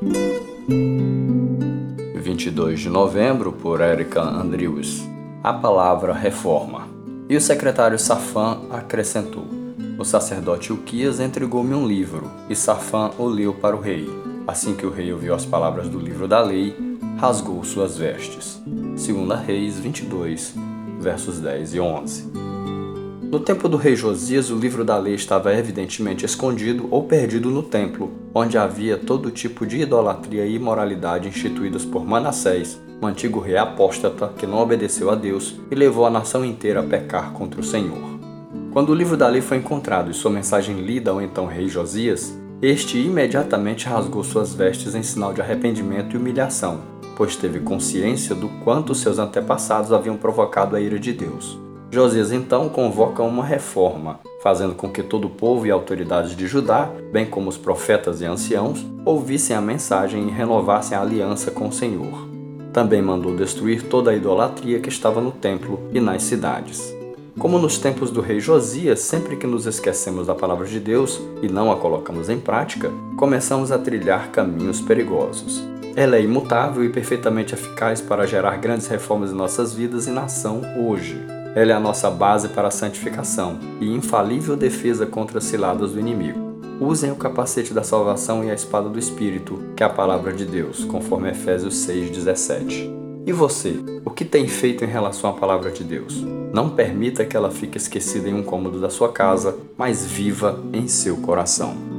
22 de novembro, por Erika Andrews. A palavra reforma. E o secretário Safã acrescentou: o sacerdote Hilquias entregou-me um livro, e Safã o leu para o rei. Assim que o rei ouviu as palavras do livro da lei, rasgou suas vestes. 2 Reis 22, versos 10 e 11. No tempo do rei Josias, o livro da lei estava evidentemente escondido ou perdido no templo, onde havia todo tipo de idolatria e imoralidade instituídas por Manassés, um antigo rei apóstata que não obedeceu a Deus e levou a nação inteira a pecar contra o Senhor. Quando o livro da lei foi encontrado e sua mensagem lida ao então rei Josias, este imediatamente rasgou suas vestes em sinal de arrependimento e humilhação, pois teve consciência do quanto seus antepassados haviam provocado a ira de Deus. Josias então convoca uma reforma, fazendo com que todo o povo e autoridades de Judá, bem como os profetas e anciãos, ouvissem a mensagem e renovassem a aliança com o Senhor. Também mandou destruir toda a idolatria que estava no templo e nas cidades. Como nos tempos do rei Josias, sempre que nos esquecemos da palavra de Deus e não a colocamos em prática, começamos a trilhar caminhos perigosos. Ela é imutável e perfeitamente eficaz para gerar grandes reformas em nossas vidas e nação hoje. Ela é a nossa base para a santificação e infalível defesa contra as ciladas do inimigo. Usem o capacete da salvação e a espada do Espírito, que é a palavra de Deus, conforme Efésios 6,17. E você, o que tem feito em relação à palavra de Deus? Não permita que ela fique esquecida em um cômodo da sua casa, mas viva em seu coração.